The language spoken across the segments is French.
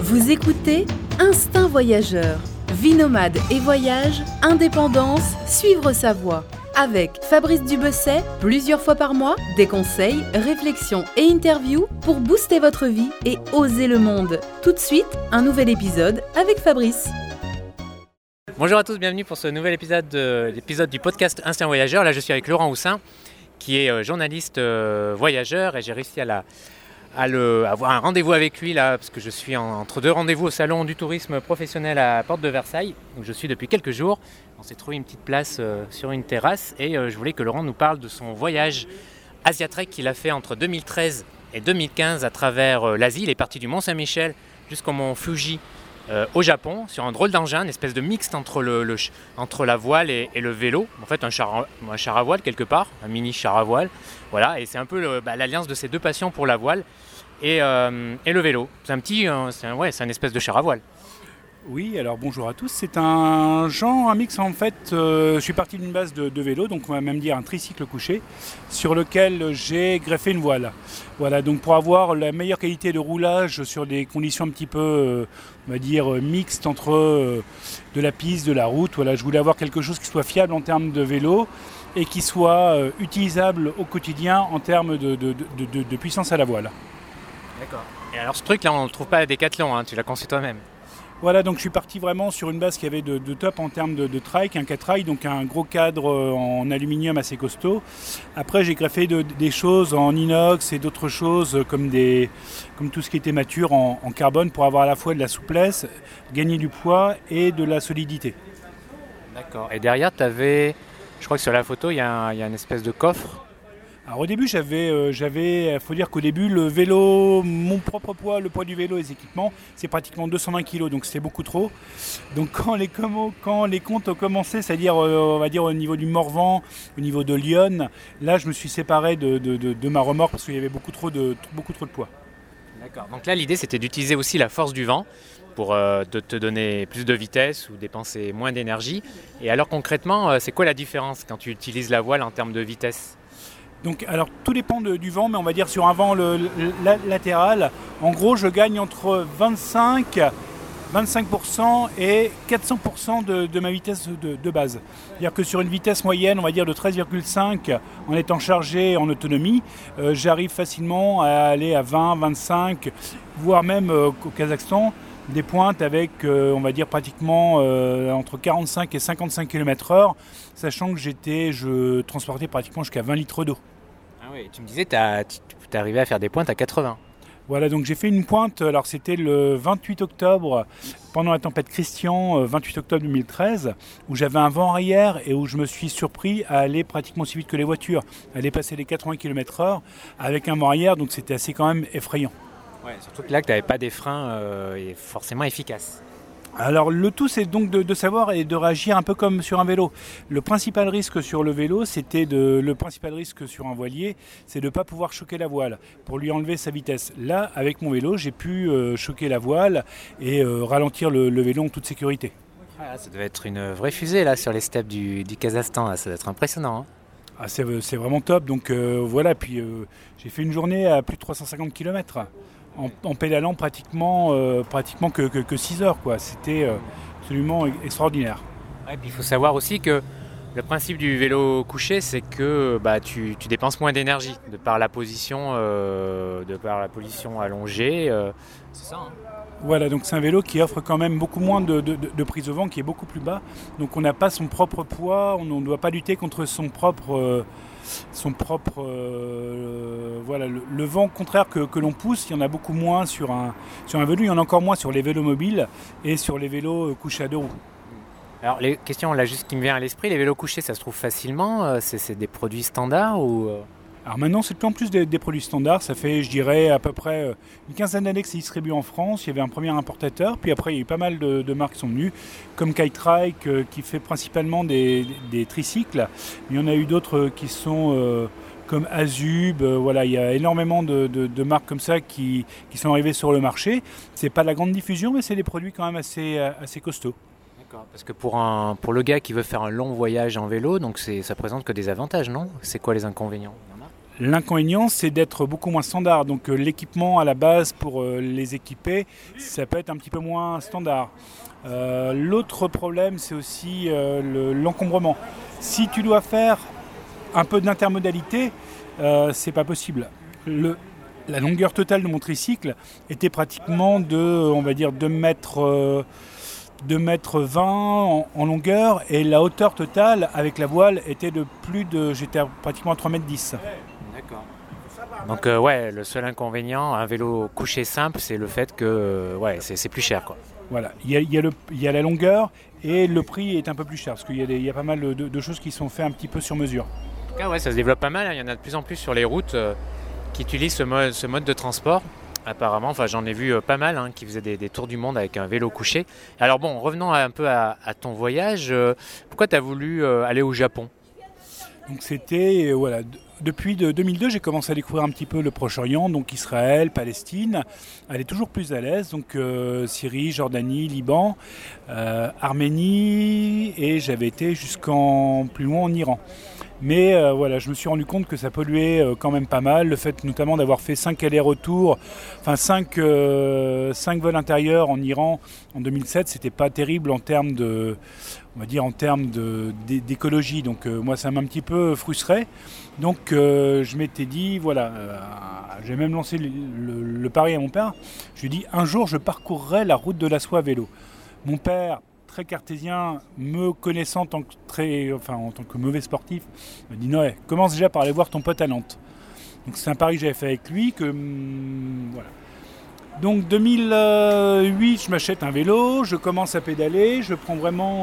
Vous écoutez Instinct Voyageur. Vie nomade et voyage, indépendance, suivre sa voie. Avec Fabrice Dubesset, plusieurs fois par mois, des conseils, réflexions et interviews pour booster votre vie et oser le monde. Tout de suite, un nouvel épisode avec Fabrice. Bonjour à tous, bienvenue pour ce nouvel épisode du podcast Instinct Voyageur. Là, je suis avec Laurent Houssin, qui est journaliste voyageur, et j'ai réussi à avoir un rendez-vous avec lui là, parce que je suis entre deux rendez-vous au salon du tourisme professionnel à Porte de Versailles, où je suis depuis quelques jours. On s'est trouvé une petite place sur une terrasse, et je voulais que Laurent nous parle de son voyage Asiatrek qu'il a fait entre 2013 et 2015 à travers l'Asie. Il est parti du Mont Saint-Michel jusqu'au mont Fuji au Japon, sur un drôle d'engin, une espèce de mixte entre la voile et le vélo. En fait, un char à voile quelque part, un mini char à voile. Voilà, et c'est un peu l'alliance de ces deux passions pour la voile et le vélo. C'est un espèce de char à voile. Oui, alors bonjour à tous. C'est un mix en fait. Je suis parti d'une base de vélo, donc on va même dire un tricycle couché, sur lequel j'ai greffé une voile. Voilà, donc pour avoir la meilleure qualité de roulage sur des conditions un petit peu, on va dire, mixtes entre de la piste, de la route. Voilà, je voulais avoir quelque chose qui soit fiable en termes de vélo et qui soit utilisable au quotidien en termes de puissance à la voile. D'accord. Et alors ce truc là, on ne le trouve pas à Decathlon, hein, tu l'as conçu toi-même. Voilà, donc je suis parti vraiment sur une base qui avait de top en termes de trike, un 4-rail, donc un gros cadre en aluminium assez costaud. Après, j'ai greffé des choses en inox et d'autres choses comme tout ce qui était mature en carbone pour avoir à la fois de la souplesse, gagner du poids et de la solidité. D'accord. Et derrière, tu avais, je crois que sur la photo, il y a une espèce de coffre. Alors au début, faut dire qu'au début, le vélo, mon propre poids, le poids du vélo et les équipements, c'est pratiquement 220 kg, donc c'était beaucoup trop. Donc quand les comptes ont commencé, c'est-à-dire on va dire au niveau du Morvan, au niveau de Lyon, là je me suis séparé de ma remorque parce qu'il y avait beaucoup trop de poids. D'accord. Donc là, l'idée, c'était d'utiliser aussi la force du vent pour te donner plus de vitesse ou dépenser moins d'énergie. Et alors concrètement, c'est quoi la différence quand tu utilises la voile en termes de vitesse ? Donc, alors tout dépend du vent, mais on va dire sur un vent latéral, en gros je gagne entre 25% et 400% de ma vitesse de base. C'est-à-dire que sur une vitesse moyenne, on va dire de 13,5 en étant chargé en autonomie, j'arrive facilement à aller à 20, 25, voire même au Kazakhstan, des pointes avec, on va dire, pratiquement entre 45 et 55 km/h, sachant que je transportais pratiquement jusqu'à 20 litres d'eau. Ah oui, tu me disais que tu arrivais à faire des pointes à 80. Voilà, donc j'ai fait une pointe, alors c'était le 28 octobre, pendant la tempête Christian, 28 octobre 2013, où j'avais un vent arrière et où je me suis surpris à aller pratiquement aussi vite que les voitures, à aller passer les 80 km/h avec un vent arrière, donc c'était assez quand même effrayant. Ouais, surtout que là, tu n'avais pas des freins forcément efficaces. Alors le tout, c'est donc de savoir et de réagir un peu comme sur un vélo. Le principal risque sur le vélo, le principal risque sur un voilier, c'est de ne pas pouvoir choquer la voile pour lui enlever sa vitesse. Là, avec mon vélo, j'ai pu choquer la voile et ralentir le vélo en toute sécurité. Ah, ça devait être une vraie fusée là sur les steppes du Kazakhstan, là. Ça doit être impressionnant. Hein. Ah, c'est vraiment top. Donc voilà, puis j'ai fait une journée à plus de 350 km. En pédalant pratiquement que 6 heures, quoi. C'était absolument extraordinaire. Ouais, puis il faut savoir aussi que le principe du vélo couché, c'est que tu dépenses moins d'énergie de par la position allongée. C'est ça, hein. Voilà, donc c'est un vélo qui offre quand même beaucoup moins de prise au vent, qui est beaucoup plus bas. Donc on n'a pas son propre poids, on ne doit pas lutter contre son propre voilà, le vent contraire que l'on pousse. Il y en a beaucoup moins sur un vélo, il y en a encore moins sur les vélos mobiles et sur les vélos couchés à deux roues. Alors les questions là juste qui me vient à l'esprit, les vélos couchés, ça se trouve facilement, c'est des produits standards ou Alors maintenant, c'est de plus en plus des produits standards. Ça fait, je dirais, à peu près une quinzaine d'années que c'est distribué en France. Il y avait un premier importateur, puis après, il y a eu pas mal de marques qui sont venues, comme Kite-Trike, qui fait principalement des tricycles. Il y en a eu d'autres qui sont comme Azub. Voilà, il y a énormément de marques comme ça qui sont arrivées sur le marché. C'est pas de la grande diffusion, mais c'est des produits quand même assez costauds. D'accord, parce que pour le gars qui veut faire un long voyage en vélo, donc ça présente que des avantages, non ? C'est quoi les inconvénients ? L'inconvénient, c'est d'être beaucoup moins standard. Donc l'équipement à la base pour les équiper, ça peut être un petit peu moins standard. L'autre problème, c'est aussi l'encombrement. Si tu dois faire un peu d'intermodalité, c'est pas possible. La longueur totale de mon tricycle était pratiquement on va dire 2 mètres 20 en longueur, et la hauteur totale avec la voile était j'étais pratiquement à 3 mètres 10. D'accord. Donc le seul inconvénient, un vélo couché simple, c'est le fait que c'est plus cher, quoi. Voilà, il y a la longueur, et le prix est un peu plus cher, parce qu'il y a pas mal de choses qui sont faites un petit peu sur mesure. En tout cas, ça se développe pas mal, hein. Il y en a de plus en plus sur les routes qui utilisent ce mode de transport. Apparemment, j'en ai vu pas mal qui faisaient des tours du monde avec un vélo couché. Alors bon, revenons un peu à ton voyage. Pourquoi tu as voulu aller au Japon ? Donc c'était, depuis 2002, j'ai commencé à découvrir un petit peu le Proche-Orient, donc Israël, Palestine, aller toujours plus à l'est, donc Syrie, Jordanie, Liban, Arménie, et j'avais été plus loin en Iran. Mais je me suis rendu compte que ça polluait quand même pas mal. Le fait notamment d'avoir fait 5 allers-retours, 5 vols intérieurs en Iran en 2007, c'était pas terrible en termes d'écologie. Donc moi, ça m'a un petit peu frustré. Donc je m'étais dit, j'ai même lancé le pari à mon père. Je lui ai dit, un jour, je parcourrai la route de la soie à vélo. Mon père, très cartésien, me connaissant en tant que mauvais sportif, me dit non, commence déjà par aller voir ton pote à Nantes. Donc c'est un pari que j'avais fait avec lui. Donc 2008, je m'achète un vélo, je commence à pédaler, je prends vraiment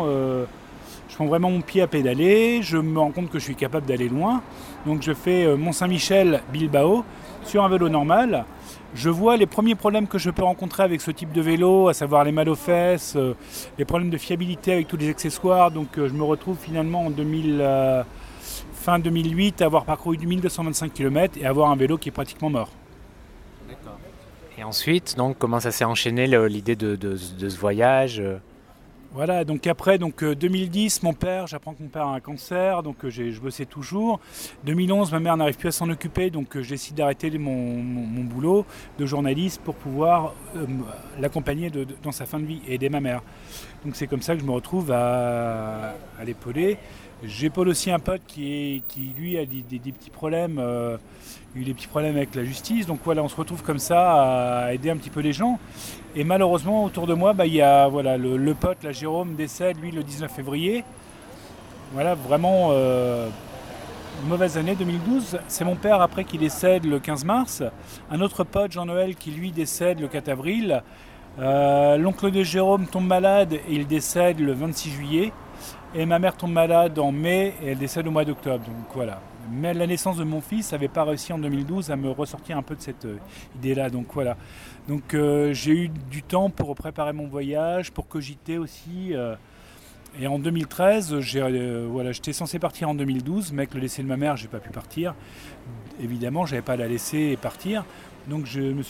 mon pied à pédaler, je me rends compte que je suis capable d'aller loin. Donc je fais Mont-Saint-Michel, Bilbao, sur un vélo normal. Je vois les premiers problèmes que je peux rencontrer avec ce type de vélo, à savoir les mal aux fesses, les problèmes de fiabilité avec tous les accessoires. Donc je me retrouve finalement en fin 2008 à avoir parcouru 1225 km et à avoir un vélo qui est pratiquement mort. D'accord. Et ensuite, donc, comment ça s'est enchaîné l'idée de ce voyage ? Voilà, donc après 2010, j'apprends que mon père a un cancer, donc je bossais toujours. 2011, ma mère n'arrive plus à s'en occuper, donc je décide d'arrêter mon boulot de journaliste pour pouvoir l'accompagner dans sa fin de vie et aider ma mère. Donc c'est comme ça que je me retrouve à l'épauler. J'épaule aussi un pote qui lui a des petits problèmes, eu des petits problèmes avec la justice. Donc on se retrouve comme ça à aider un petit peu les gens. Et malheureusement, autour de moi, il y a le pote, Jérôme, décède lui le 19 février. Voilà, vraiment mauvaise année 2012. C'est mon père après qui décède le 15 mars. Un autre pote, Jean-Noël, qui lui décède le 4 avril. L'oncle de Jérôme tombe malade et il décède le 26 juillet. Et ma mère tombe malade en mai et elle décède au mois d'octobre. Donc voilà. Mais la naissance de mon fils n'avait pas réussi en 2012 à me ressortir un peu de cette idée-là. Donc voilà. Donc j'ai eu du temps pour préparer mon voyage, pour cogiter aussi. Et en 2013, j'étais censé partir en 2012, mais avec le décès de ma mère, j'ai pas pu partir. Évidemment, j'avais pas à la laisser partir. Donc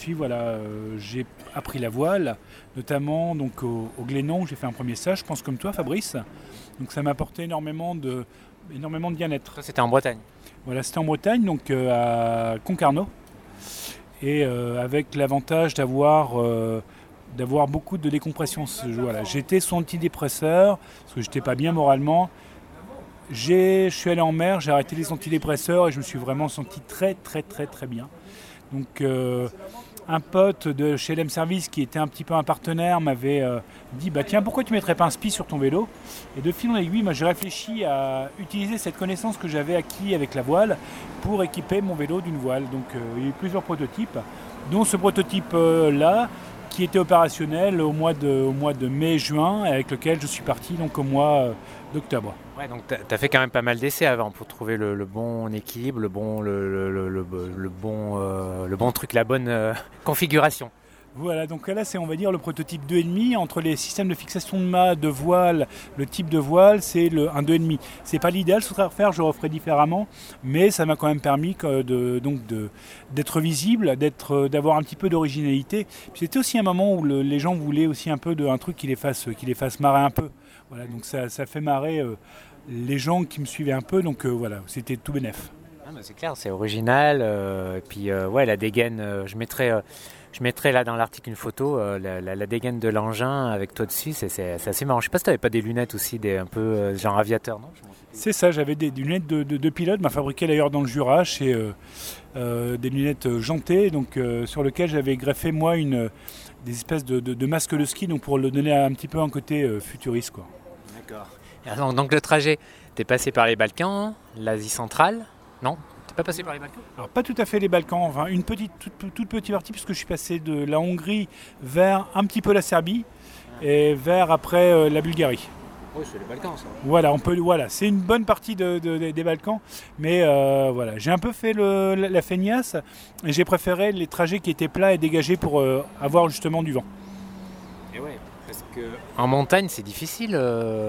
j'ai appris la voile, notamment donc au Glénan où j'ai fait un premier stage, je pense comme toi Fabrice. Donc ça m'a apporté énormément de bien-être. Ça, c'était en Bretagne. Voilà, c'était en Bretagne, donc à Concarneau. Et avec l'avantage d'avoir beaucoup de décompression. Voilà, j'étais sous antidépresseur, parce que j'étais pas bien moralement. Je suis allé en mer, j'ai arrêté les antidépresseurs et je me suis vraiment senti très très très très bien. Donc un pote de chez LM Service qui était un petit peu un partenaire m'avait dit tiens, pourquoi tu ne mettrais pas un spi sur ton vélo ? Et de fil en aiguille, j'ai réfléchi à utiliser cette connaissance que j'avais acquis avec la voile pour équiper mon vélo d'une voile. Donc il y a eu plusieurs prototypes, dont ce prototype-là qui était opérationnel au mois de mai-juin et avec lequel je suis parti donc au mois d'octobre. Ouais, donc tu as fait quand même pas mal d'essais avant pour trouver le bon équilibre, le bon truc, la bonne configuration. Voilà, donc là c'est on va dire le prototype 2,5 entre les systèmes de fixation de mât, de voile, le type de voile, c'est un 2,5. C'est pas l'idéal, ce serait à refaire, je referais différemment, mais ça m'a quand même permis d'être visible, d'avoir un petit peu d'originalité. Puis c'était aussi un moment où les gens voulaient aussi un peu d'un truc qui les fasse marrer un peu. Voilà, donc ça fait marrer les gens qui me suivaient un peu, donc voilà, c'était tout bénef. Ah, c'est clair, c'est original. Et puis, la dégaine, je mettrai là dans l'article une photo, la dégaine de l'engin avec toi dessus, c'est assez marrant. Je sais pas si tu n'avais pas des lunettes aussi, un peu genre aviateur, non? C'est ça, j'avais des lunettes de pilote, fabriquées d'ailleurs dans le Jura, chez des lunettes jantées, donc, sur lesquelles j'avais greffé moi des espèces de masques de ski, donc pour le donner un petit peu un côté futuriste, quoi. D'accord. Donc le trajet, tu es passé par les Balkans, l'Asie centrale, non? Tu n'es pas passé par les Balkans? Alors pas tout à fait les Balkans, enfin une toute petite partie, puisque je suis passé de la Hongrie vers un petit peu la Serbie et vers après la Bulgarie. Oui, c'est les Balkans, ça. Voilà, c'est une bonne partie des Balkans, mais j'ai un peu fait la feignasse et j'ai préféré les trajets qui étaient plats et dégagés pour avoir justement du vent. Et ouais, parce que en montagne c'est difficile,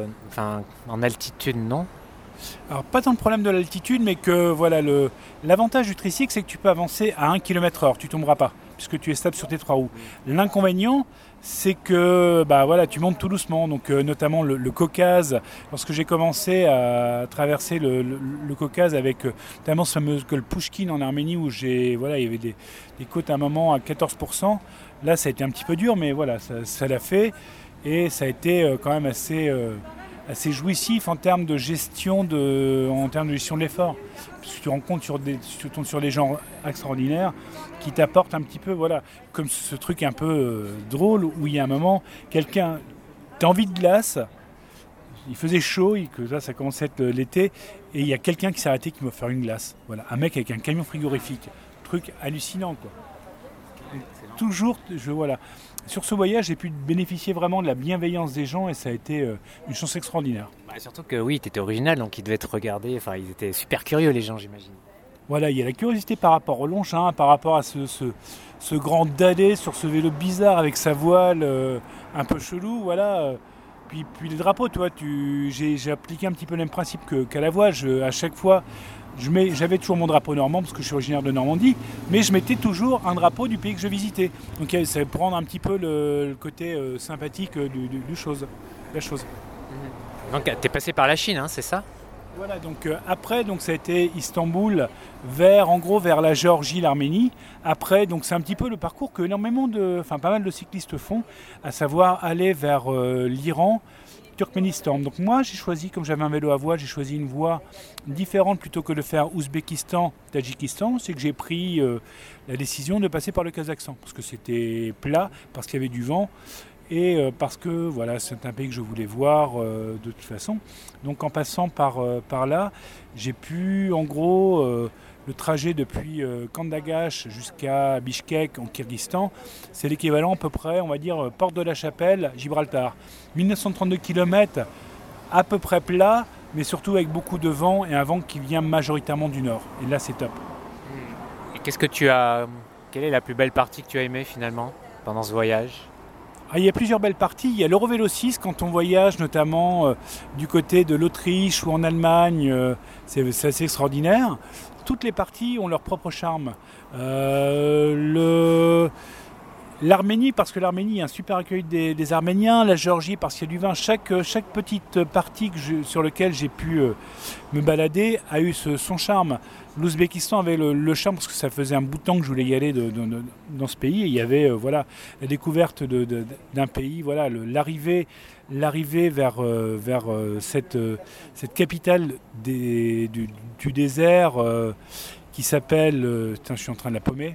en altitude, non? Alors pas tant le problème de l'altitude, mais que l'avantage du tricycle, c'est que tu peux avancer à 1 km/h, tu tomberas pas, puisque tu es stable sur tes 3 roues. L'inconvénient, c'est que tu montes tout doucement, donc notamment le Caucase. Lorsque j'ai commencé à traverser le Caucase avec notamment ce fameux col Pouchkine en Arménie, où il y avait des côtes à un moment à 14%. Là, ça a été un petit peu dur, mais voilà, ça l'a fait, et ça a été quand même assez jouissif en termes de gestion de l'effort. Parce que tu rencontres tu tombes sur des gens extraordinaires qui t'apportent un petit peu, comme ce truc un peu drôle où il y a un moment, quelqu'un, t'as envie de glace, il faisait chaud, ça commençait à être l'été, et il y a quelqu'un qui s'est arrêté qui m'a offert une glace. Voilà, un mec avec un camion frigorifique, truc hallucinant, quoi. Toujours, sur ce voyage, j'ai pu bénéficier vraiment de la bienveillance des gens, et ça a été une chance extraordinaire. Surtout que oui, tu étais original, donc ils devaient te regarder, ils étaient super curieux, les gens, j'imagine. Voilà, il y a la curiosité par rapport au Longchamp, par rapport à ce grand dadais sur ce vélo bizarre avec sa voile un peu chelou, voilà. Puis les drapeaux, j'ai appliqué un petit peu le même principe qu'à la voile. À chaque fois, j'avais toujours mon drapeau normand parce que je suis originaire de Normandie, mais je mettais toujours un drapeau du pays que je visitais. Donc ça va prendre un petit peu le côté sympathique de la chose. Donc tu es passé par la Chine, c'est ça? Voilà, donc après, ça a été Istanbul vers la Géorgie, l'Arménie. Après, donc c'est un petit peu le parcours que pas mal de cyclistes font, à savoir aller vers l'Iran, Turkménistan. Donc moi, j'ai choisi, comme j'avais un vélo à voile, j'ai choisi une voie différente plutôt que de faire Ouzbékistan, Tadjikistan. C'est que j'ai pris la décision de passer par le Kazakhstan, parce que c'était plat, parce qu'il y avait du vent. Et parce que c'est un pays que je voulais voir de toute façon. Donc en passant par là, j'ai pu en gros le trajet depuis Kandagash jusqu'à Bishkek en Kyrgyzstan, c'est l'équivalent à peu près, on va dire, Porte de la Chapelle, Gibraltar. 1932 km à peu près plat, mais surtout avec beaucoup de vent et un vent qui vient majoritairement du nord. Et là c'est top. Et quelle est la plus belle partie que tu as aimée finalement pendant ce voyage? Il y a plusieurs belles parties. Il y a l'Eurovélo 6 quand on voyage notamment du côté de l'Autriche ou en Allemagne. C'est assez extraordinaire. Toutes les parties ont leur propre charme. L'Arménie, parce que l'Arménie, il y a un super accueil des Arméniens. La Géorgie, parce qu'il y a du vin. Chaque petite partie sur laquelle j'ai pu me balader a eu son charme. L'Ouzbékistan avait le charme parce que ça faisait un bout de temps que je voulais y aller dans ce pays. Et il y avait la découverte d'un pays, l'arrivée vers cette capitale du désert qui s'appelle... je suis en train de la paumer.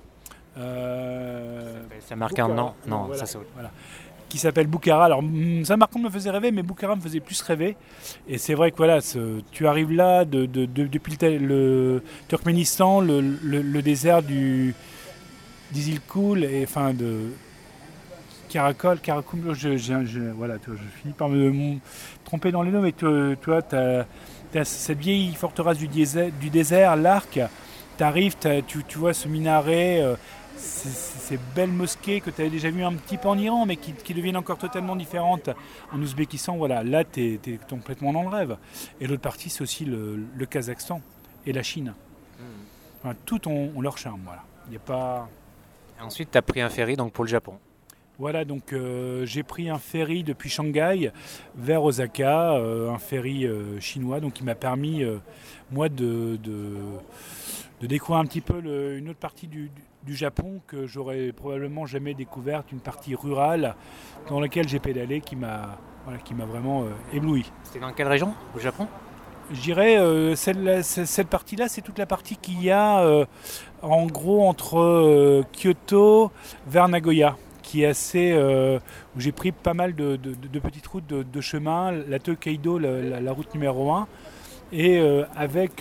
Ça marque un nom. Non, voilà, ça c'est voilà. Qui s'appelle Boukhara. Alors, Samarcande me faisait rêver, mais Boukhara me faisait plus rêver. Et c'est vrai que tu arrives là, depuis le Turkménistan, le désert d'Izilkul, et de Karakoum. Je finis par me tromper dans les noms, mais tu as cette vieille forteresse du désert, l'Arc. Tu arrives, tu vois ce minaret. Ces belles mosquées que tu avais déjà vues un petit peu en Iran, mais qui deviennent encore totalement différentes en Ouzbékistan. Là, tu es complètement dans le rêve. Et l'autre partie, c'est aussi le Kazakhstan et la Chine. Tout ont leur charme. Il y a pas... Ensuite, tu as pris un ferry donc, pour le Japon. Voilà, donc j'ai pris un ferry depuis Shanghai vers Osaka, un ferry chinois, donc qui m'a permis, moi, de découvrir un petit peu une autre partie du Japon que j'aurais probablement jamais découverte, une partie rurale dans laquelle j'ai pédalé qui m'a vraiment ébloui. C'était dans quelle région au Japon? Je dirais cette partie-là, c'est toute la partie qu'il y a en gros entre Kyoto vers Nagoya, qui est assez où j'ai pris pas mal de petites routes de chemin, la Tokaido, la route numéro 1, et avec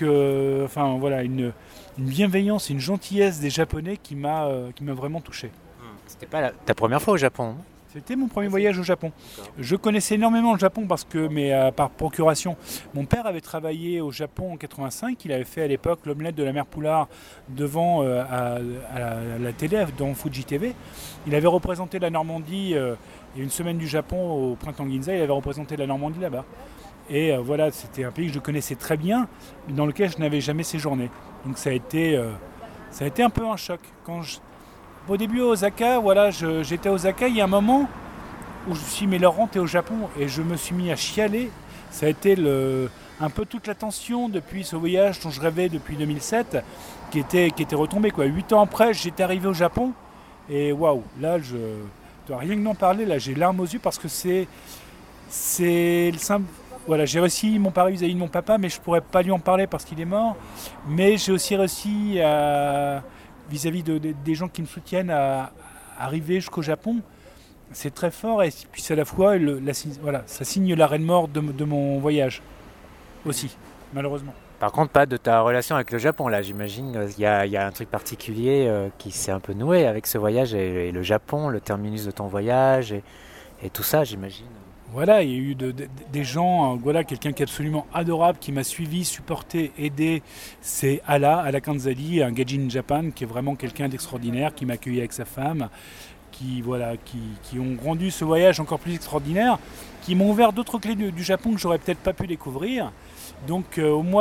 une bienveillance et une gentillesse des Japonais qui m'a vraiment touché. C'était pas ta première fois au Japon? C'était mon premier voyage au Japon. Je connaissais énormément le Japon mais par procuration. Mon père avait travaillé au Japon en 85. Il avait fait à l'époque l'omelette de la mère Poulard devant à la télé, dans Fuji TV. Il avait représenté la Normandie et une semaine du Japon au printemps Ginza. Il avait représenté la Normandie là-bas. Et c'était un pays que je connaissais très bien, mais dans lequel je n'avais jamais séjourné. Donc ça a été un peu un choc. Au début à Osaka, j'étais à Osaka, il y a un moment où je me suis dit mais Laurent, t'es au Japon, et je me suis mis à chialer. Ça a été un peu toute la tension depuis ce voyage dont je rêvais depuis 2007 qui était retombé. 8 ans après, j'étais arrivé au Japon et waouh, là je dois rien que d'en parler, là j'ai larmes aux yeux parce que c'est le simple. Voilà, j'ai réussi mon pari vis-à-vis de mon papa, mais je pourrais pas lui en parler parce qu'il est mort. Mais j'ai aussi réussi vis-à-vis des gens qui me soutiennent à arriver jusqu'au Japon. C'est très fort et puis c'est à la fois ça signe l'arrêt de mort de mon voyage aussi, malheureusement. Par contre, pas de ta relation avec le Japon là, j'imagine. Il y a un truc particulier qui s'est un peu noué avec ce voyage et le Japon, le terminus de ton voyage et tout ça, j'imagine. Voilà, il y a eu des gens, quelqu'un qui est absolument adorable, qui m'a suivi, supporté, aidé. C'est Ala Kanzali, un Gaijin Japan, qui est vraiment quelqu'un d'extraordinaire, qui m'a accueilli avec sa femme, qui ont rendu ce voyage encore plus extraordinaire, qui m'ont ouvert d'autres clés du Japon que j'aurais peut-être pas pu découvrir. Donc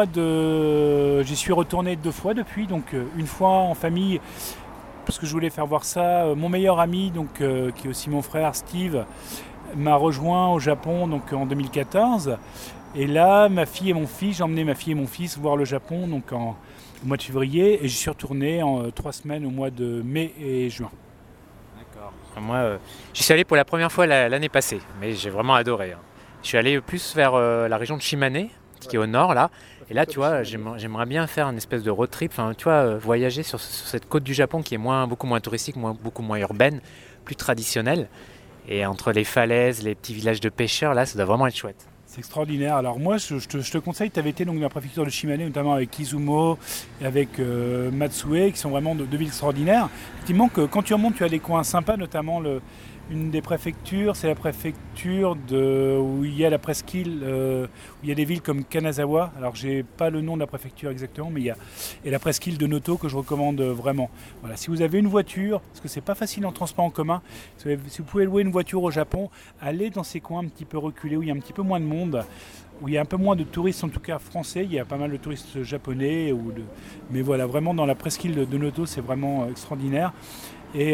j'y suis retourné 2 fois depuis, donc une fois en famille, parce que je voulais faire voir ça. Mon meilleur ami, qui est aussi mon frère Steve, m'a rejoint au Japon en 2014, et là j'ai emmené ma fille et mon fils voir le Japon au mois de février, et j'y suis retourné en 3 semaines au mois de mai et juin. D'accord. Moi j'y suis allé pour la première fois l'année passée, mais j'ai vraiment adoré. Je suis allé plus vers la région de Shimane, qui est au nord là, et là tu vois j'aimerais bien faire une espèce de road trip, voyager sur cette côte du Japon qui est beaucoup moins touristique, beaucoup moins urbaine, plus traditionnelle. Et entre les falaises, les petits villages de pêcheurs, là, ça doit vraiment être chouette. C'est extraordinaire. Alors moi, je te conseille, tu avais été dans la préfecture de Shimane, notamment avec Izumo et avec Matsue, qui sont vraiment 2 villes extraordinaires. Effectivement, quand tu remontes, tu as des coins sympas, notamment une des préfectures, c'est la préfecture où il y a la presqu'île, où il y a des villes comme Kanazawa. Alors j'ai pas le nom de la préfecture exactement, mais il y a la presqu'île de Noto que je recommande vraiment. Voilà, si vous avez une voiture, parce que c'est pas facile en transport en commun, si vous pouvez louer une voiture au Japon, allez dans ces coins un petit peu reculés où il y a un petit peu moins de monde, où il y a un peu moins de touristes, en tout cas français. Il y a pas mal de touristes japonais, mais voilà, vraiment dans la presqu'île de Noto, c'est vraiment extraordinaire. Et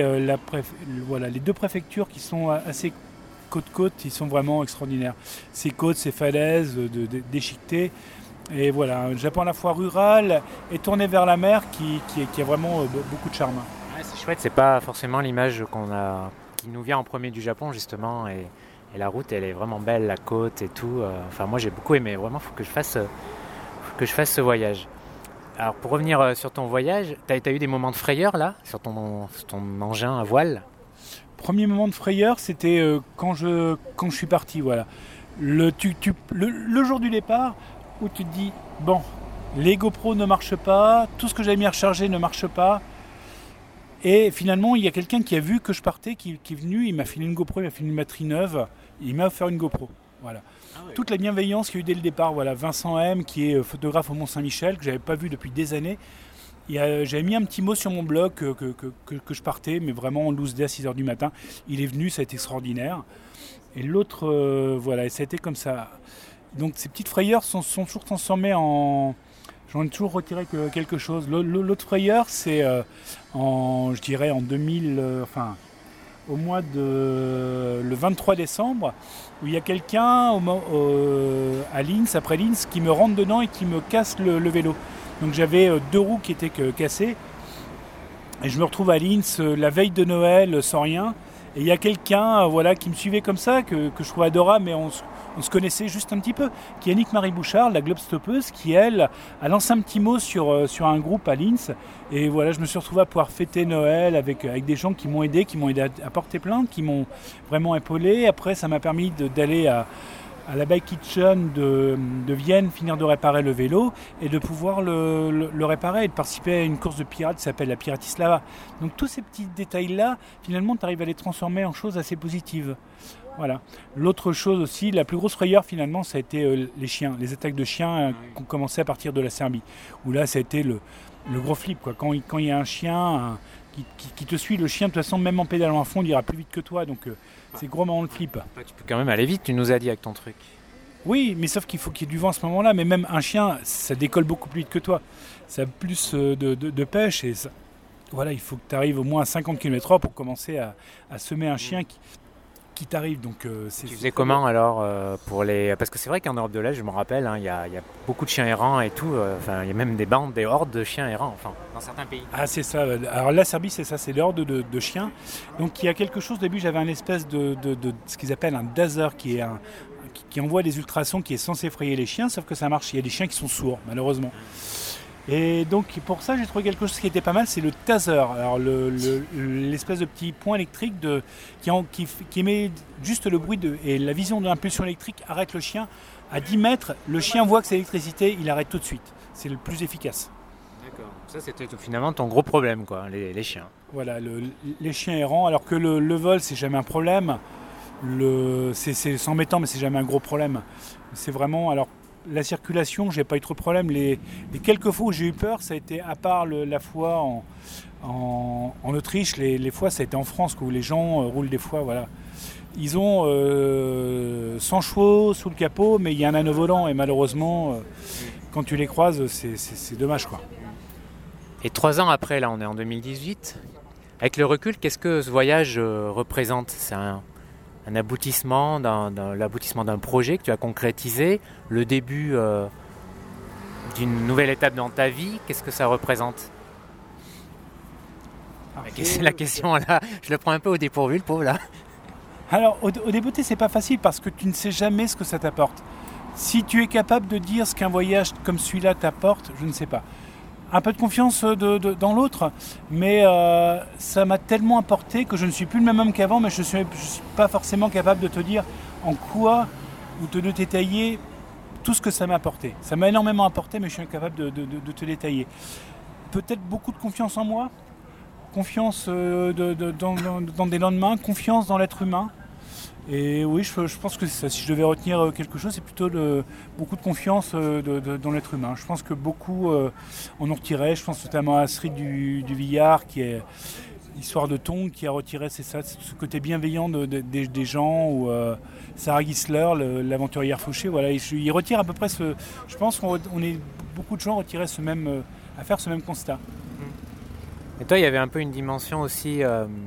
les 2 préfectures qui sont assez côte-côte, ils sont vraiment extraordinaires. Ces côtes, ces falaises déchiquetées. Et voilà, un Japon à la fois rural et tourné vers la mer qui a vraiment beaucoup de charme. Ouais, c'est chouette, c'est pas forcément l'image qui nous vient en premier du Japon justement. Et la route, elle est vraiment belle, la côte et tout. Moi j'ai beaucoup aimé, vraiment, il faut que je fasse ce voyage. Alors pour revenir sur ton voyage, tu as eu des moments de frayeur là, sur ton engin à voile? Premier moment de frayeur, c'était quand je suis parti. Voilà. Le jour du départ, où tu te dis, bon, les GoPro ne marchent pas, tout ce que j'avais mis à recharger ne marche pas. Et finalement, il y a quelqu'un qui a vu que je partais, qui est venu, il m'a filé une GoPro, il m'a filé une batterie neuve, il m'a offert une GoPro. Voilà. Ah oui. Toute la bienveillance qu'il y a eu dès le départ. Voilà. Vincent M, qui est photographe au Mont-Saint-Michel, que je n'avais pas vu depuis des années. J'avais mis un petit mot sur mon blog que je partais, mais vraiment en loose day à 6h du matin. Il est venu, ça a été extraordinaire. Et l'autre, et ça a été comme ça. Donc ces petites frayeurs sont toujours transformées en... J'en ai toujours retiré quelque chose. L'autre frayeur, c'est en 2000... au mois de le 23 décembre, où il y a quelqu'un à Linz, après Linz, qui me rentre dedans et qui me casse le vélo. Donc j'avais 2 roues qui étaient cassées, et je me retrouve à Linz la veille de Noël sans rien. Et il y a quelqu'un qui me suivait comme ça, que je trouvais adorable, mais on se connaissait juste un petit peu, qui est Annick-Marie Bouchard, la globe-stoppeuse, qui elle a lancé un petit mot sur un groupe à Linz. Et voilà, je me suis retrouvé à pouvoir fêter Noël avec des gens qui m'ont aidé à porter plainte, qui m'ont vraiment épaulé. Après, ça m'a permis d'aller à la Bike Kitchen de Vienne, finir de réparer le vélo et de pouvoir le réparer et de participer à une course de pirates qui s'appelle la Piratislava. Donc tous ces petits détails-là, finalement, tu arrives à les transformer en choses assez positives. Voilà. L'autre chose aussi, la plus grosse frayeur finalement, ça a été les chiens, les attaques de chiens qui ont commencé à partir de la Serbie. Où là, ça a été le gros flip, quoi. Quand il y a un chien qui te suit, le chien, de toute façon, même en pédalant à fond, il ira plus vite que toi. Donc c'est gros moment le flip. Tu peux quand même aller vite, tu nous as dit avec ton truc. Oui, mais sauf qu'il faut qu'il y ait du vent à ce moment-là. Mais même un chien, ça décolle beaucoup plus vite que toi. Ça a plus de pêche. Et ça, voilà, il faut que tu arrives au moins à 50 km/h pour commencer à semer un chien qui t'arrive. Donc, tu faisais comment alors pour les... Parce que c'est vrai qu'en Europe de l'Est, je me rappelle, il y a beaucoup de chiens errants et tout. Il y a même des bandes, des hordes de chiens errants, dans certains pays. Ah, c'est ça. Alors la Serbie, c'est ça, c'est l'horde de chiens. Donc il y a quelque chose, au début, j'avais un espèce de ce qu'ils appellent un dazer, qui envoie des ultrasons, qui est censé effrayer les chiens, sauf que ça marche. Il y a des chiens qui sont sourds, malheureusement. Et donc pour ça, j'ai trouvé quelque chose qui était pas mal, c'est le taser. Alors l'espèce de petit point électrique qui émet juste le bruit et la vision de l'impulsion électrique arrête le chien à 10 mètres. Le chien voit que c'est l'électricité, il arrête tout de suite. C'est le plus efficace. D'accord. Ça, c'était finalement ton gros problème, quoi, les chiens. Voilà, les chiens errants. Alors que le vol, c'est jamais un problème. C'est embêtant, mais c'est jamais un gros problème. C'est vraiment... Alors, la circulation, j'ai pas eu trop de problème. Les quelques fois où j'ai eu peur, ça a été, à part la fois en Autriche, les fois ça a été en France, où les gens roulent des fois, voilà. Ils ont 100 chevaux sous le capot, mais il y a un anneau volant, et malheureusement, quand tu les croises, c'est dommage, quoi. Et 3 ans après, là on est en 2018, avec le recul, qu'est-ce que ce voyage représente ? C'est un aboutissement, l'aboutissement d'un projet que tu as concrétisé, le début d'une nouvelle étape dans ta vie, qu'est-ce que ça représente ? La question là, je le prends un peu au dépourvu, le pauvre là. Alors au débuté, c'est pas facile parce que tu ne sais jamais ce que ça t'apporte. Si tu es capable de dire ce qu'un voyage comme celui-là t'apporte, je ne sais pas. Un peu de confiance dans l'autre, mais ça m'a tellement apporté que je ne suis plus le même homme qu'avant, mais je ne suis pas forcément capable de te dire en quoi ou de détailler tout ce que ça m'a apporté. Ça m'a énormément apporté, mais je suis incapable de te détailler. Peut-être beaucoup de confiance en moi, confiance dans des lendemains, confiance dans l'être humain. Et oui, je pense que c'est ça. Si je devais retenir quelque chose, c'est plutôt beaucoup de confiance dans l'être humain. Je pense que beaucoup en ont retiré. Je pense notamment à Astrid du Villard, qui est Histoire de Tongue, qui a retiré ce côté bienveillant des gens, ou Sarah Gisler, l'aventurière fauchée. Voilà, il retire à peu près ce... Je pense qu'on est beaucoup de gens retirés à faire ce même constat. Et toi, il y avait un peu une dimension aussi...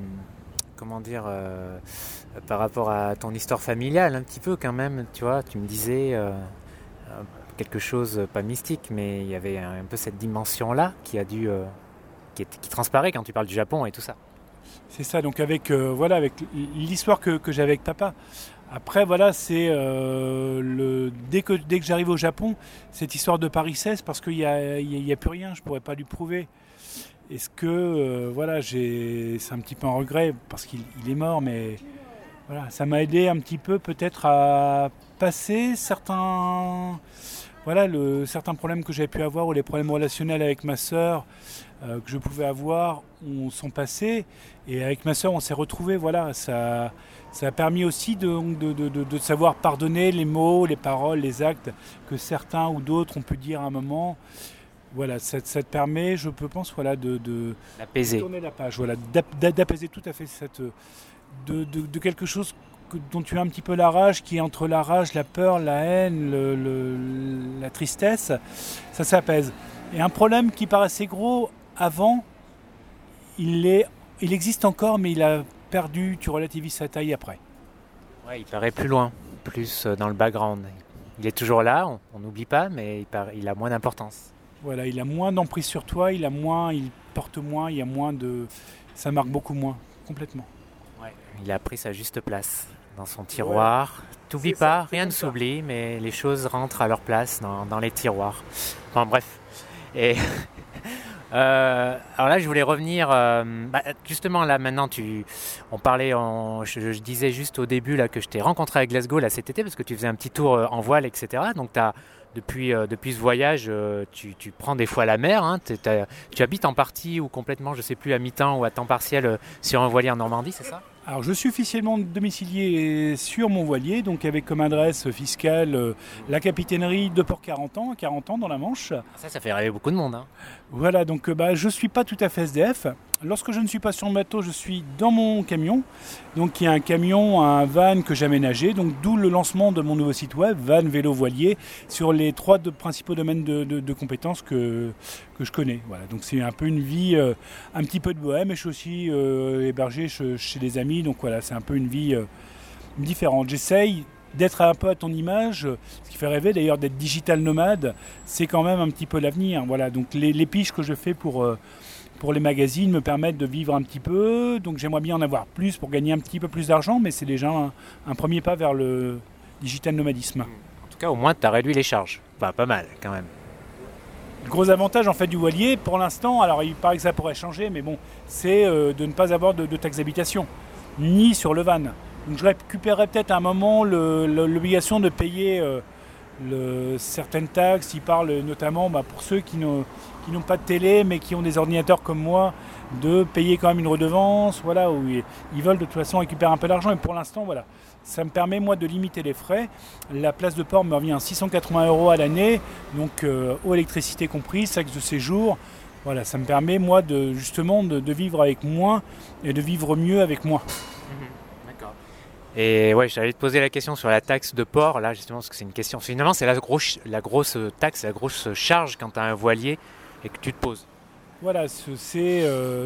par rapport à ton histoire familiale, un petit peu quand même, tu vois, tu me disais quelque chose, pas mystique, mais il y avait un peu cette dimension-là qui qui transparaît quand tu parles du Japon et tout ça. C'est ça, donc avec l'histoire que j'ai avec papa. Après, voilà, c'est dès que j'arrive au Japon, cette histoire de Paris 16, parce qu'il y a plus rien, je pourrais pas lui prouver. Est-ce que, c'est un petit peu un regret, parce qu'il est mort, mais voilà, ça m'a aidé un petit peu peut-être à passer certains problèmes que j'avais pu avoir, ou les problèmes relationnels avec ma sœur que je pouvais avoir, sont passés. Et avec ma sœur, on s'est retrouvés. Voilà, ça a permis aussi de savoir pardonner les mots, les paroles, les actes que certains ou d'autres ont pu dire à un moment. Voilà, ça te permet, je pense, d'apaiser. De tourner la page, voilà, d'apaiser tout à fait de quelque chose dont tu as un petit peu la rage, qui est entre la rage, la peur, la haine, la tristesse, ça s'apaise. Et un problème qui paraissait gros avant, il existe encore, mais il a perdu, tu relativises sa taille après. Ouais, il paraît plus loin, plus dans le background. Il est toujours là, on n'oublie pas, mais il a moins d'importance. Voilà, il a moins d'emprise sur toi, il porte moins, il y a moins de... Ça marque beaucoup moins, complètement. Ouais, il a pris sa juste place dans son tiroir. T'oublies pas, rien ne s'oublie, mais les choses rentrent à leur place dans les tiroirs. Enfin bref. Et alors là, je voulais revenir. Justement, là maintenant, on parlait. Je disais juste au début là que je t'ai rencontré à Glasgow là cet été parce que tu faisais un petit tour en voile, etc. Donc depuis ce voyage, tu prends des fois la mer. Hein, tu habites en partie ou complètement, je sais plus, à mi-temps ou à temps partiel sur un voilier en Normandie, c'est ça ? Alors je suis officiellement domicilié sur mon voilier, donc avec comme adresse fiscale la capitainerie de Port-Carentan, 40 ans dans la Manche. Ça fait rêver beaucoup de monde. Hein. Voilà, donc je ne suis pas tout à fait SDF. Lorsque je ne suis pas sur le bateau, je suis dans mon camion, donc qui est un camion, un van que j'ai aménagé, donc d'où le lancement de mon nouveau site web, van, vélo, voilier, sur les 3 principaux domaines de compétences que je connais. Voilà, donc c'est un peu une vie, un petit peu de bohème, et je suis aussi hébergé chez des amis, donc voilà, c'est un peu une vie différente. J'essaye d'être un peu à ton image, ce qui fait rêver d'ailleurs d'être digital nomade, c'est quand même un petit peu l'avenir. Voilà, donc les piges que je fais pour les magazines me permettent de vivre un petit peu, donc j'aimerais bien en avoir plus pour gagner un petit peu plus d'argent, mais c'est déjà un premier pas vers le digital nomadisme. En tout cas, au moins, tu as réduit les charges. Enfin, pas mal, quand même. Le gros avantage en fait du voilier, pour l'instant, alors il paraît que ça pourrait changer, mais bon, c'est de ne pas avoir de taxe d'habitation, ni sur le van. Donc je récupérerai peut-être à un moment l'obligation de payer certaines taxes. Il parle notamment pour ceux qui n'ont pas de télé mais qui ont des ordinateurs comme moi, de payer quand même une redevance, voilà, où ils veulent de toute façon récupérer un peu d'argent. Et pour l'instant, voilà, ça me permet moi de limiter les frais. La place de port me revient à 680 € à l'année, donc eau, électricité comprise, taxe de séjour. Voilà, ça me permet moi justement de vivre avec moins et de vivre mieux avec moins. D'accord. Et ouais, j'allais te poser la question sur la taxe de port, là justement, parce que c'est une question. Finalement, c'est la grosse taxe, la grosse charge quand tu as un voilier et que tu te poses. Voilà, c'est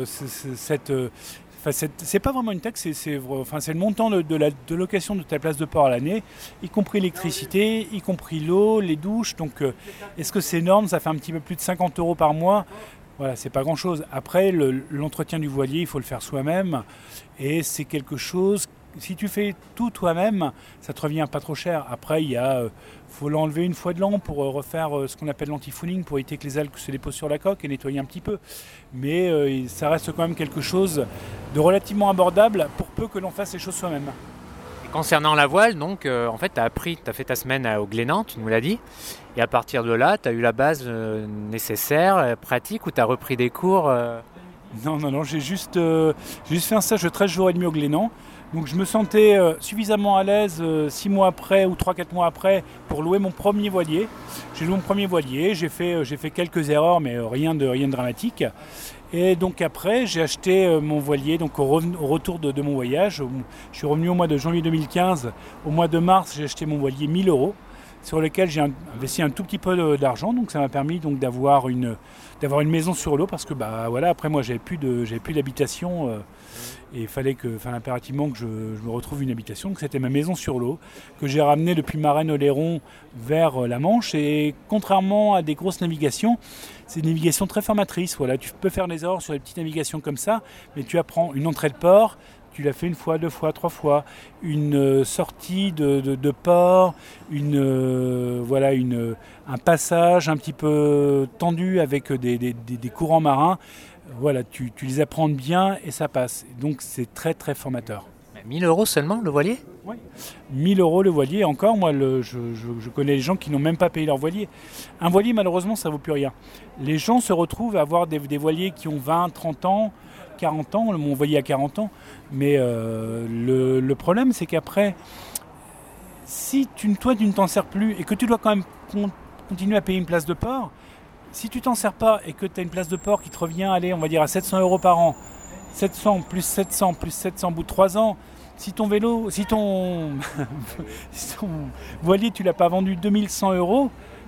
pas vraiment une taxe, c'est le montant de location de ta place de port à l'année, y compris l'électricité, y compris l'eau, les douches. Donc, est-ce que c'est énorme ? Ça fait un petit peu plus de 50 € par mois. Voilà, c'est pas grand-chose. Après, l'entretien du voilier, il faut le faire soi-même. Et c'est quelque chose... Si tu fais tout toi-même, ça te revient pas trop cher. Après, faut l'enlever une fois de l'an pour refaire ce qu'on appelle l'antifouling, pour éviter que les algues se déposent sur la coque et nettoyer un petit peu. Mais ça reste quand même quelque chose de relativement abordable pour peu que l'on fasse les choses soi-même. Et concernant la voile, donc, en fait, tu as fait ta semaine au Glénan, tu nous l'as dit. Et à partir de là, tu as eu la base nécessaire, pratique, ou tu as repris des cours Non, j'ai juste fait un stage de 13 jours et demi au Glénan. Donc je me sentais suffisamment à l'aise 6 mois après ou 3-4 mois après pour louer mon premier voilier. J'ai loué mon premier voilier, j'ai fait quelques erreurs mais rien de dramatique. Et donc après j'ai acheté mon voilier donc au retour de mon voyage. Je suis revenu au mois de janvier 2015. Au mois de mars j'ai acheté mon voilier 1 000 € sur lequel j'ai investi un tout petit peu d'argent. Donc ça m'a permis donc d'avoir une maison sur l'eau parce que voilà, après moi j'avais plus d'habitation. Et il fallait impérativement que je me retrouve une habitation. Donc c'était ma maison sur l'eau que j'ai ramenée depuis Marennes-Oléron vers la Manche. Et contrairement à des grosses navigations, c'est une navigation très formatrice. Voilà, tu peux faire des erreurs sur les petites navigations comme ça, mais tu apprends une entrée de port, tu l'as fait 1 fois, 2 fois, 3 fois, une sortie de port, un passage un petit peu tendu avec des courants marins. Voilà, tu les apprends bien et ça passe. Donc c'est très très formateur. 1 000 € seulement le voilier ? Oui, 1 000 € le voilier. Encore, moi, je connais des gens qui n'ont même pas payé leur voilier. Un voilier, malheureusement, ça ne vaut plus rien. Les gens se retrouvent à avoir des voiliers qui ont 20, 30 ans, 40 ans. Mon voilier a 40 ans. Mais le problème, c'est qu'après, si toi, tu ne t'en sers plus et que tu dois quand même continuer à payer une place de port, si tu t'en sers pas et que tu as une place de port qui te revient, on va dire à 700 € par an, 700 plus 700 plus 700 au bout de 3 ans, si ton voilier tu l'as pas vendu 2100 €,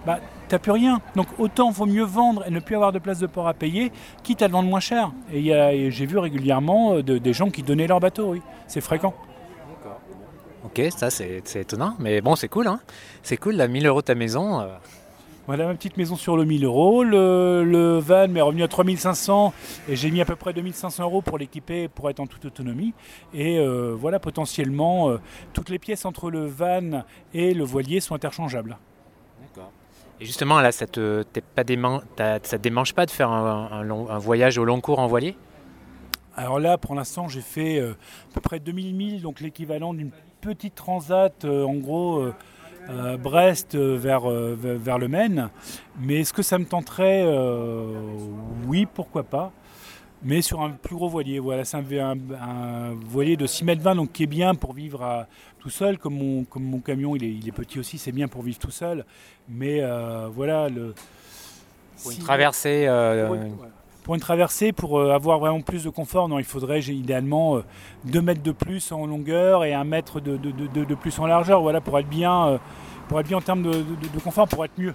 t'as plus rien. Donc autant vaut mieux vendre et ne plus avoir de place de port à payer, quitte à le vendre moins cher. Et j'ai vu régulièrement des gens qui donnaient leur bateau, oui. C'est fréquent. Ok, ça c'est étonnant, mais bon, c'est cool, hein. C'est cool, là, 1000 € ta maison. Voilà ma petite maison sur le 1000 €. Le van m'est revenu à 3500 et j'ai mis à peu près 2500 € pour l'équiper pour être en toute autonomie. Et voilà, potentiellement, toutes les pièces entre le van et le voilier sont interchangeables. D'accord. Et justement, là, ça te démange pas de faire un voyage au long cours en voilier ? Alors là, pour l'instant, j'ai fait à peu près 2000 milles, donc l'équivalent d'une petite transat, en gros, Brest vers le Maine. Mais est-ce que ça me tenterait ? Oui, pourquoi pas. Mais sur un plus gros voilier. Voilà, c'est un voilier de 6,20 m, donc qui est bien pour vivre tout seul. Comme mon camion, il est petit aussi, c'est bien pour vivre tout seul. Mais voilà. Pour une traversée. Pour une traversée, pour avoir vraiment plus de confort, non, il faudrait idéalement 2 mètres de plus en longueur et 1 mètre de plus en largeur, voilà, pour être bien en termes de confort, pour être mieux.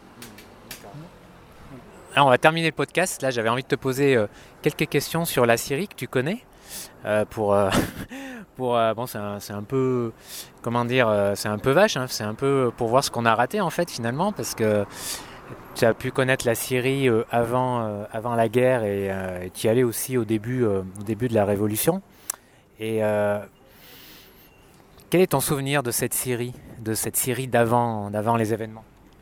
Alors on va terminer le podcast. Là, j'avais envie de te poser quelques questions sur la Syrie que tu connais. Bon, c'est un peu, comment dire, c'est un peu vache, hein, c'est un peu pour voir ce qu'on a raté en fait finalement, parce que tu as pu connaître la Syrie avant la guerre et tu y allais aussi au début de la Révolution. Et quel est ton souvenir de cette Syrie d'avant les événements ?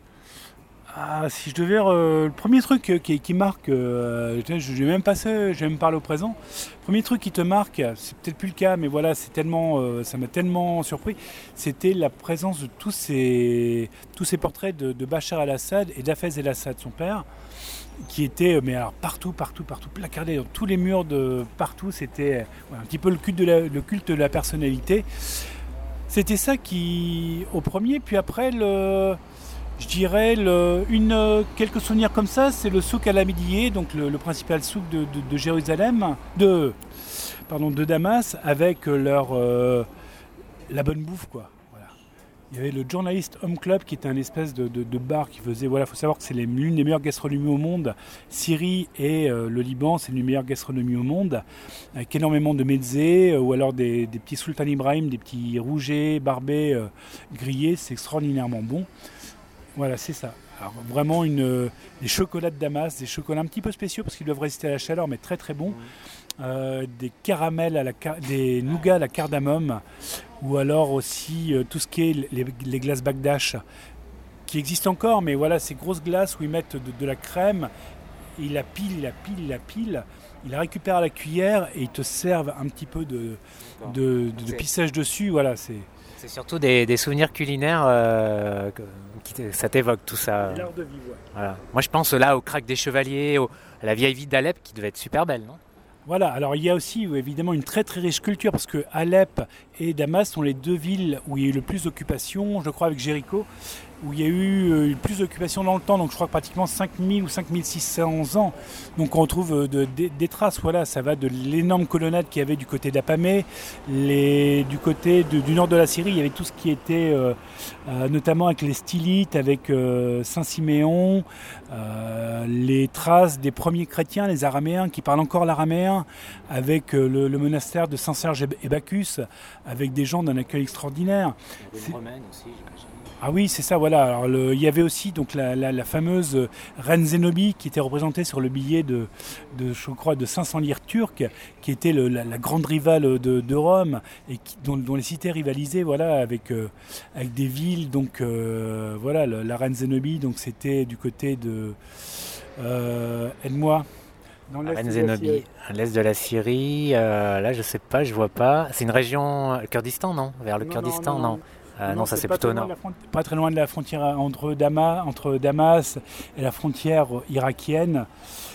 Si je devais... le premier truc qui marque, je vais même parler au présent. Le premier truc qui te marque, c'est peut-être plus le cas, mais voilà, ça m'a tellement surpris, c'était la présence de tous ces portraits de Bachar el-Assad et d'Hafez el-Assad, son père, qui étaient partout, placardés dans tous les murs de partout. C'était un petit peu le culte de la personnalité. C'était ça qui, au premier, puis après, je dirais quelques souvenirs comme ça, c'est le souk al-Hamidiyeh, donc le principal souk de Jérusalem, de Damas, avec la bonne bouffe, quoi. Voilà. Il y avait le Journalist Home Club qui était un espèce de bar qui faisait, voilà, faut savoir que c'est l'une des meilleures gastronomies au monde. Syrie et le Liban, c'est l'une des meilleures gastronomies au monde, avec énormément de mezzés, ou alors des petits Sultan Ibrahim, des petits rougets, barbés, grillés, c'est extraordinairement bon. Voilà, c'est ça. Alors vraiment des chocolats de Damas, des chocolats un petit peu spéciaux parce qu'ils doivent résister à la chaleur, mais très très bons. Des caramels, des nougats à la cardamome, ou alors aussi tout ce qui est les glaces Bagdash, qui existent encore, mais voilà, ces grosses glaces où ils mettent de la crème, ils la pilent, ils la récupèrent à la cuillère et ils te servent un petit peu de pissage dessus. Voilà, c'est surtout des souvenirs culinaires ça t'évoque tout ça. C'est l'art de vivre, ouais. Voilà. Moi je pense là au Crac des Chevaliers, à la vieille ville d'Alep qui devait être super belle, non ? Voilà, alors il y a aussi évidemment une très très riche culture parce que Alep et Damas sont les deux villes où il y a eu le plus d'occupation, je crois avec Jéricho, où il y a eu plus d'occupation dans le temps, donc je crois que pratiquement 5000 ou 5600 ans. Donc on retrouve des traces, voilà, ça va de l'énorme colonnade qu'il y avait du côté d'Apamé, du côté du nord de la Syrie, il y avait tout ce qui était notamment avec les Stylites, avec Saint-Siméon, les traces des premiers chrétiens, les araméens qui parlent encore l'araméen, avec le monastère de Saint-Serge et Bacchus, avec des gens d'un accueil extraordinaire. Une romaine aussi, j'imagine. Ah oui, c'est ça, voilà. Alors, il y avait aussi donc, la fameuse reine Zénobie qui était représentée sur le billet je crois, de 500 lire turques, qui était la grande rivale de Rome et dont les cités rivalisaient, voilà, avec des villes. Donc voilà, la reine Zénobie, donc c'était du côté de aide-moi. Dans l'est reine Zénobie, à l'est de la Syrie. Là, je sais pas, je vois pas. C'est une région, le Kurdistan, non ? Vers le Kurdistan, non. Non, ça c'est plutôt nord. Pas très loin de la frontière entre Damas et la frontière irakienne.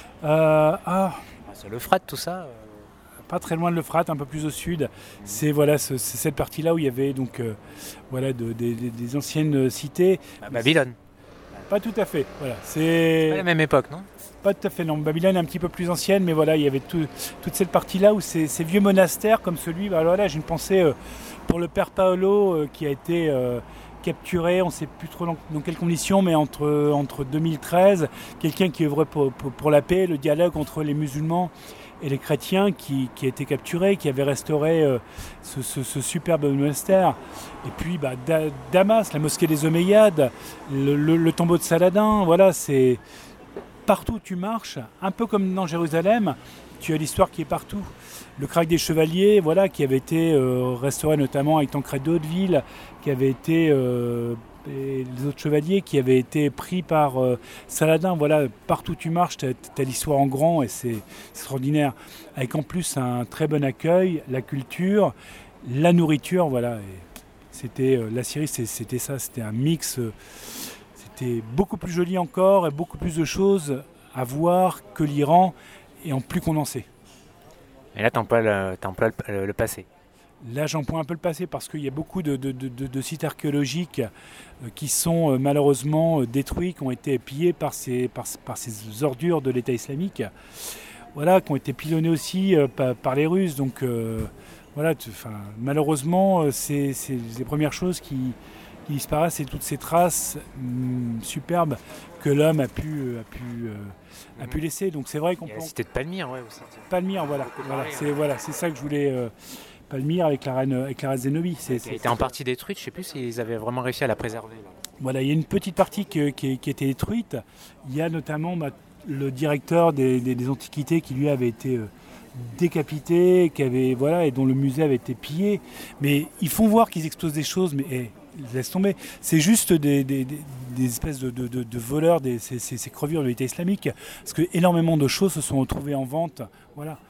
C'est l'Euphrate, tout ça. Pas très loin de l'Euphrate, un peu plus au sud. C'est cette partie-là où il y avait donc des anciennes cités. Babylone. Pas tout à fait. Voilà, c'est pas la même époque, non ? Pas tout à fait, non. Babylone est un petit peu plus ancienne, mais voilà, il y avait toute cette partie-là où ces vieux monastères comme celui. Voilà, j'ai une pensée pour le père Paolo qui a été capturé, on ne sait plus trop dans quelles conditions, mais entre 2013, quelqu'un qui œuvrait pour la paix, le dialogue entre les musulmans et les chrétiens qui a été capturé, qui avait restauré ce superbe monastère. Et puis Damas, la mosquée des Omeyyades, le tombeau de Saladin, voilà, c'est partout où tu marches, un peu comme dans Jérusalem, tu as l'histoire qui est partout. Le Krach des Chevaliers, voilà, qui avait été restauré notamment avec Tancred de Hauteville, qui avait été et les autres chevaliers qui avaient été pris par Saladin. Voilà, partout où tu marches, tu as l'histoire en grand et c'est extraordinaire. Avec en plus un très bon accueil, la culture, la nourriture, voilà. Et c'était la Syrie, c'était ça, c'était un mix. C'était beaucoup plus joli encore et beaucoup plus de choses à voir que l'Iran et en plus condensé. Et là, t'emploies le passé. Là, j'emploie un peu le passé parce qu'il y a beaucoup de sites archéologiques qui sont malheureusement détruits, qui ont été pillés par ces ordures de l'État islamique, voilà, qui ont été pilonnés aussi par les Russes. Donc, voilà, malheureusement, c'est les premières choses qui disparaissent et toutes ces traces superbes que l'homme a pu laisser. Donc, c'est vrai qu'on peut. C'était de Palmyre, ouais, aussi. Palmyre, voilà, c'est ça que je voulais. Palmyre avec la reine Zénobie. Elle était en partie détruite, je ne sais plus s'ils avaient vraiment réussi à la préserver. Là. Voilà, il y a une petite partie qui a été détruite. Il y a notamment le directeur des Antiquités qui lui avait été décapité, et dont le musée avait été pillé. Mais ils font voir qu'ils exposent des choses, mais laisse tomber. C'est juste des espèces de voleurs, ces crevures de l'État islamique, parce que énormément de choses se sont retrouvées en vente. Voilà.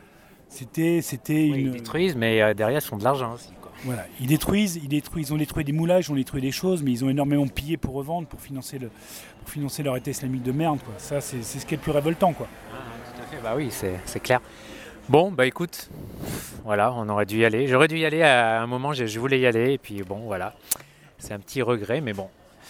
Ils détruisent, mais derrière, ils font de l'argent aussi. Quoi. Voilà, ils détruisent, ils ont détruit des moulages, ils ont détruit des choses, mais ils ont énormément pillé pour revendre, pour financer leur État islamique de merde. Quoi. Ça, c'est ce qui est le plus révoltant. Quoi. Tout à fait, bah oui, c'est clair. Bon, bah écoute, voilà, on aurait dû y aller. J'aurais dû y aller à un moment, je voulais y aller, et puis bon, voilà. C'est un petit regret, mais bon.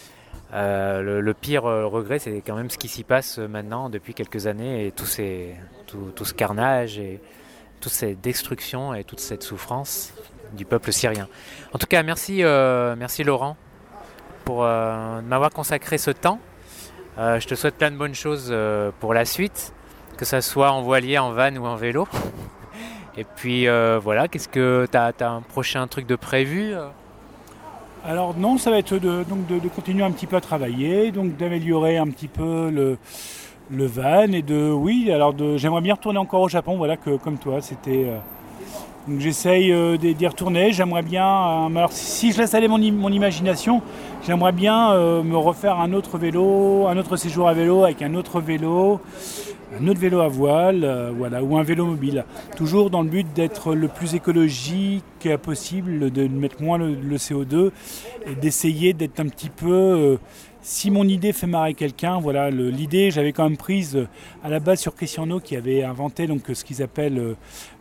Le pire regret, c'est quand même ce qui s'y passe maintenant depuis quelques années, et tout ce carnage, et toute cette destruction et toute cette souffrance du peuple syrien. En tout cas, merci Laurent pour m'avoir consacré ce temps. Je te souhaite plein de bonnes choses pour la suite, que ça soit en voilier, en van ou en vélo. Et puis voilà, qu'est-ce que t'as un prochain truc de prévu Alors non, ça va être de continuer un petit peu à travailler, donc d'améliorer un petit peu le van et j'aimerais bien retourner encore au Japon, voilà, comme toi, c'était donc j'essaye d'y retourner, j'aimerais bien alors si je laisse aller mon imagination, j'aimerais bien me refaire un autre séjour à vélo avec un autre vélo à voile, voilà, ou un vélo mobile, toujours dans le but d'être le plus écologique possible, de mettre moins le CO2 et d'essayer d'être un petit peu si mon idée fait marrer quelqu'un, voilà, l'idée, j'avais quand même prise à la base sur Cristiano qui avait inventé donc, ce qu'ils appellent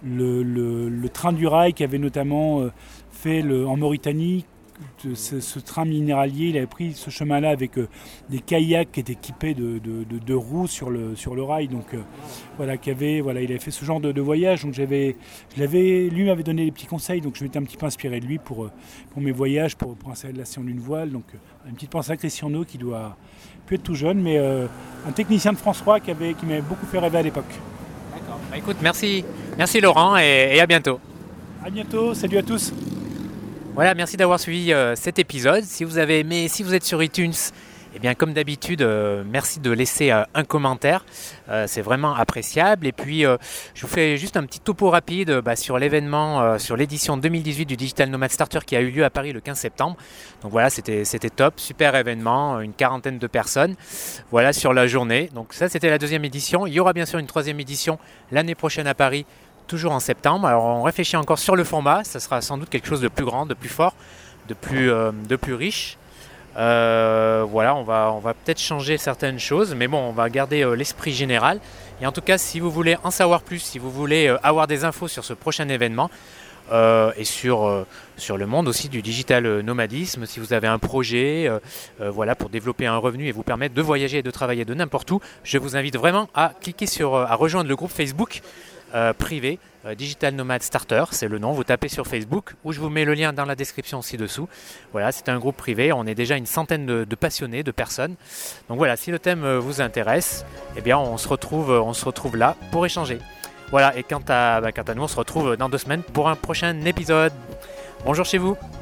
le train du rail, qui avait notamment fait en Mauritanie. Ce train minéralier, il avait pris ce chemin-là avec des kayaks qui étaient équipés de roues sur le rail. Donc il avait fait ce genre de voyage. Donc lui m'avait donné des petits conseils, donc je m'étais un petit peu inspiré de lui pour mes voyages, pour l'installation d'une voile. Donc une petite pensée à Cristiano qui doit plus être tout jeune, mais un technicien de France 3 qui m'avait beaucoup fait rêver à l'époque. D'accord. Bah, écoute, merci Laurent et à bientôt. À bientôt, salut à tous. Voilà, merci d'avoir suivi cet épisode. Si vous avez aimé, si vous êtes sur iTunes, eh bien, comme d'habitude, merci de laisser un commentaire. C'est vraiment appréciable. Et puis, je vous fais juste un petit topo rapide sur l'événement, sur l'édition 2018 du Digital Nomad Starter qui a eu lieu à Paris le 15 septembre. Donc voilà, c'était top, super événement, une quarantaine de personnes voilà, sur la journée. Donc ça, c'était la deuxième édition. Il y aura bien sûr une troisième édition l'année prochaine à Paris, toujours en septembre. Alors on réfléchit encore sur le format, ça sera sans doute quelque chose de plus grand, de plus fort, de plus riche. Voilà, on va peut-être changer certaines choses, mais bon, on va garder l'esprit général. Et en tout cas, si vous voulez en savoir plus, si vous voulez avoir des infos sur ce prochain événement et sur le monde aussi du digital nomadisme, si vous avez un projet voilà, pour développer un revenu et vous permettre de voyager et de travailler de n'importe où, je vous invite vraiment à cliquer à rejoindre le groupe Facebook privé, Digital Nomad Starter, c'est le nom, vous tapez sur Facebook, ou je vous mets le lien dans la description ci-dessous. Voilà, c'est un groupe privé, on est déjà une centaine de passionnés, de personnes. Donc voilà, si le thème vous intéresse, eh bien on se retrouve là pour échanger. Voilà, et quant à nous, on se retrouve dans 2 semaines pour un prochain épisode. Bonjour chez vous.